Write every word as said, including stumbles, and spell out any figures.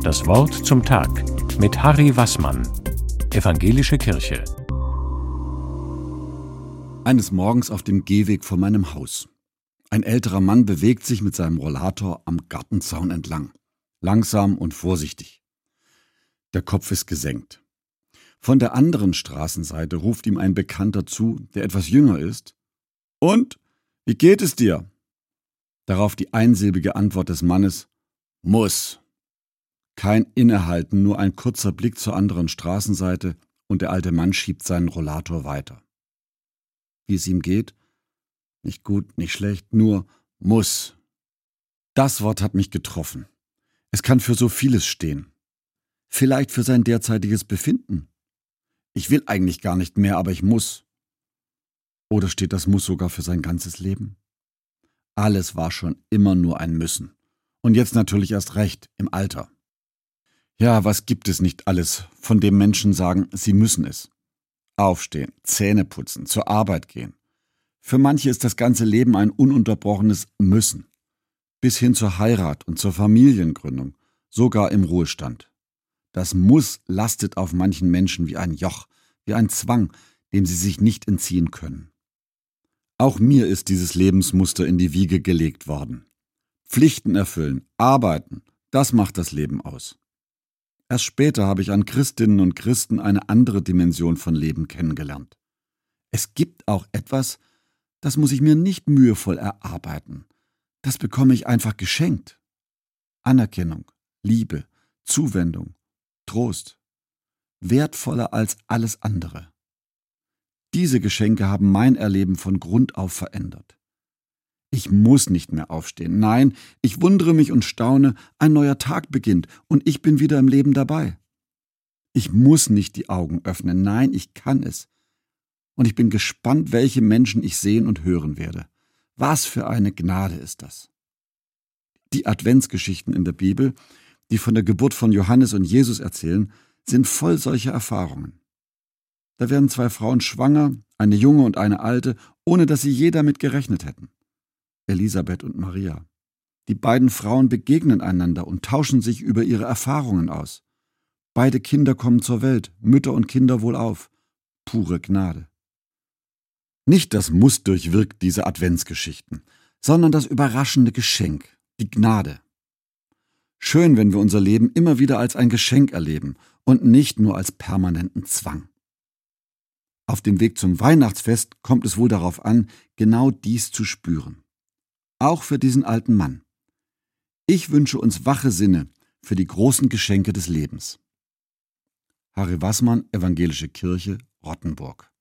Das Wort zum Tag mit Harry Wassmann, Evangelische Kirche. Eines Morgens auf dem Gehweg vor meinem Haus. Ein älterer Mann bewegt sich mit seinem Rollator am Gartenzaun entlang. Langsam und vorsichtig. Der Kopf ist gesenkt. Von der anderen Straßenseite ruft ihm ein Bekannter zu, der etwas jünger ist. »Und? Wie geht es dir?« Darauf die einsilbige Antwort des Mannes: »Muss.« Kein Innehalten, nur ein kurzer Blick zur anderen Straßenseite und der alte Mann schiebt seinen Rollator weiter. Wie es ihm geht? Nicht gut, nicht schlecht, nur muss. Das Wort hat mich getroffen. Es kann für so vieles stehen. Vielleicht für sein derzeitiges Befinden. Ich will eigentlich gar nicht mehr, aber ich muss. Oder steht das Muss sogar für sein ganzes Leben? Alles war schon immer nur ein Müssen. Und jetzt natürlich erst recht, im Alter. Ja, was gibt es nicht alles, von dem Menschen sagen, sie müssen es? Aufstehen, Zähne putzen, zur Arbeit gehen. Für manche ist das ganze Leben ein ununterbrochenes Müssen. Bis hin zur Heirat und zur Familiengründung, sogar im Ruhestand. Das Muss lastet auf manchen Menschen wie ein Joch, wie ein Zwang, dem sie sich nicht entziehen können. Auch mir ist dieses Lebensmuster in die Wiege gelegt worden. Pflichten erfüllen, arbeiten, das macht das Leben aus. Erst später habe ich an Christinnen und Christen eine andere Dimension von Leben kennengelernt. Es gibt auch etwas, das muss ich mir nicht mühevoll erarbeiten. Das bekomme ich einfach geschenkt. Anerkennung, Liebe, Zuwendung, Trost. Wertvoller als alles andere. Diese Geschenke haben mein Erleben von Grund auf verändert. Ich muss nicht mehr aufstehen. Nein, ich wundere mich und staune, ein neuer Tag beginnt und ich bin wieder im Leben dabei. Ich muss nicht die Augen öffnen. Nein, ich kann es. Und ich bin gespannt, welche Menschen ich sehen und hören werde. Was für eine Gnade ist das? Die Adventsgeschichten in der Bibel, die von der Geburt von Johannes und Jesus erzählen, sind voll solcher Erfahrungen. Da werden zwei Frauen schwanger, eine junge und eine alte, ohne dass sie je damit gerechnet hätten. Elisabeth und Maria. Die beiden Frauen begegnen einander und tauschen sich über ihre Erfahrungen aus. Beide Kinder kommen zur Welt, Mütter und Kinder wohlauf. Pure Gnade. Nicht das Muss durchwirkt diese Adventsgeschichten, sondern das überraschende Geschenk, die Gnade. Schön, wenn wir unser Leben immer wieder als ein Geschenk erleben und nicht nur als permanenten Zwang. Auf dem Weg zum Weihnachtsfest kommt es wohl darauf an, genau dies zu spüren. Auch für diesen alten Mann. Ich wünsche uns wache Sinne für die großen Geschenke des Lebens. Harry Wassmann, Evangelische Kirche, Rottenburg.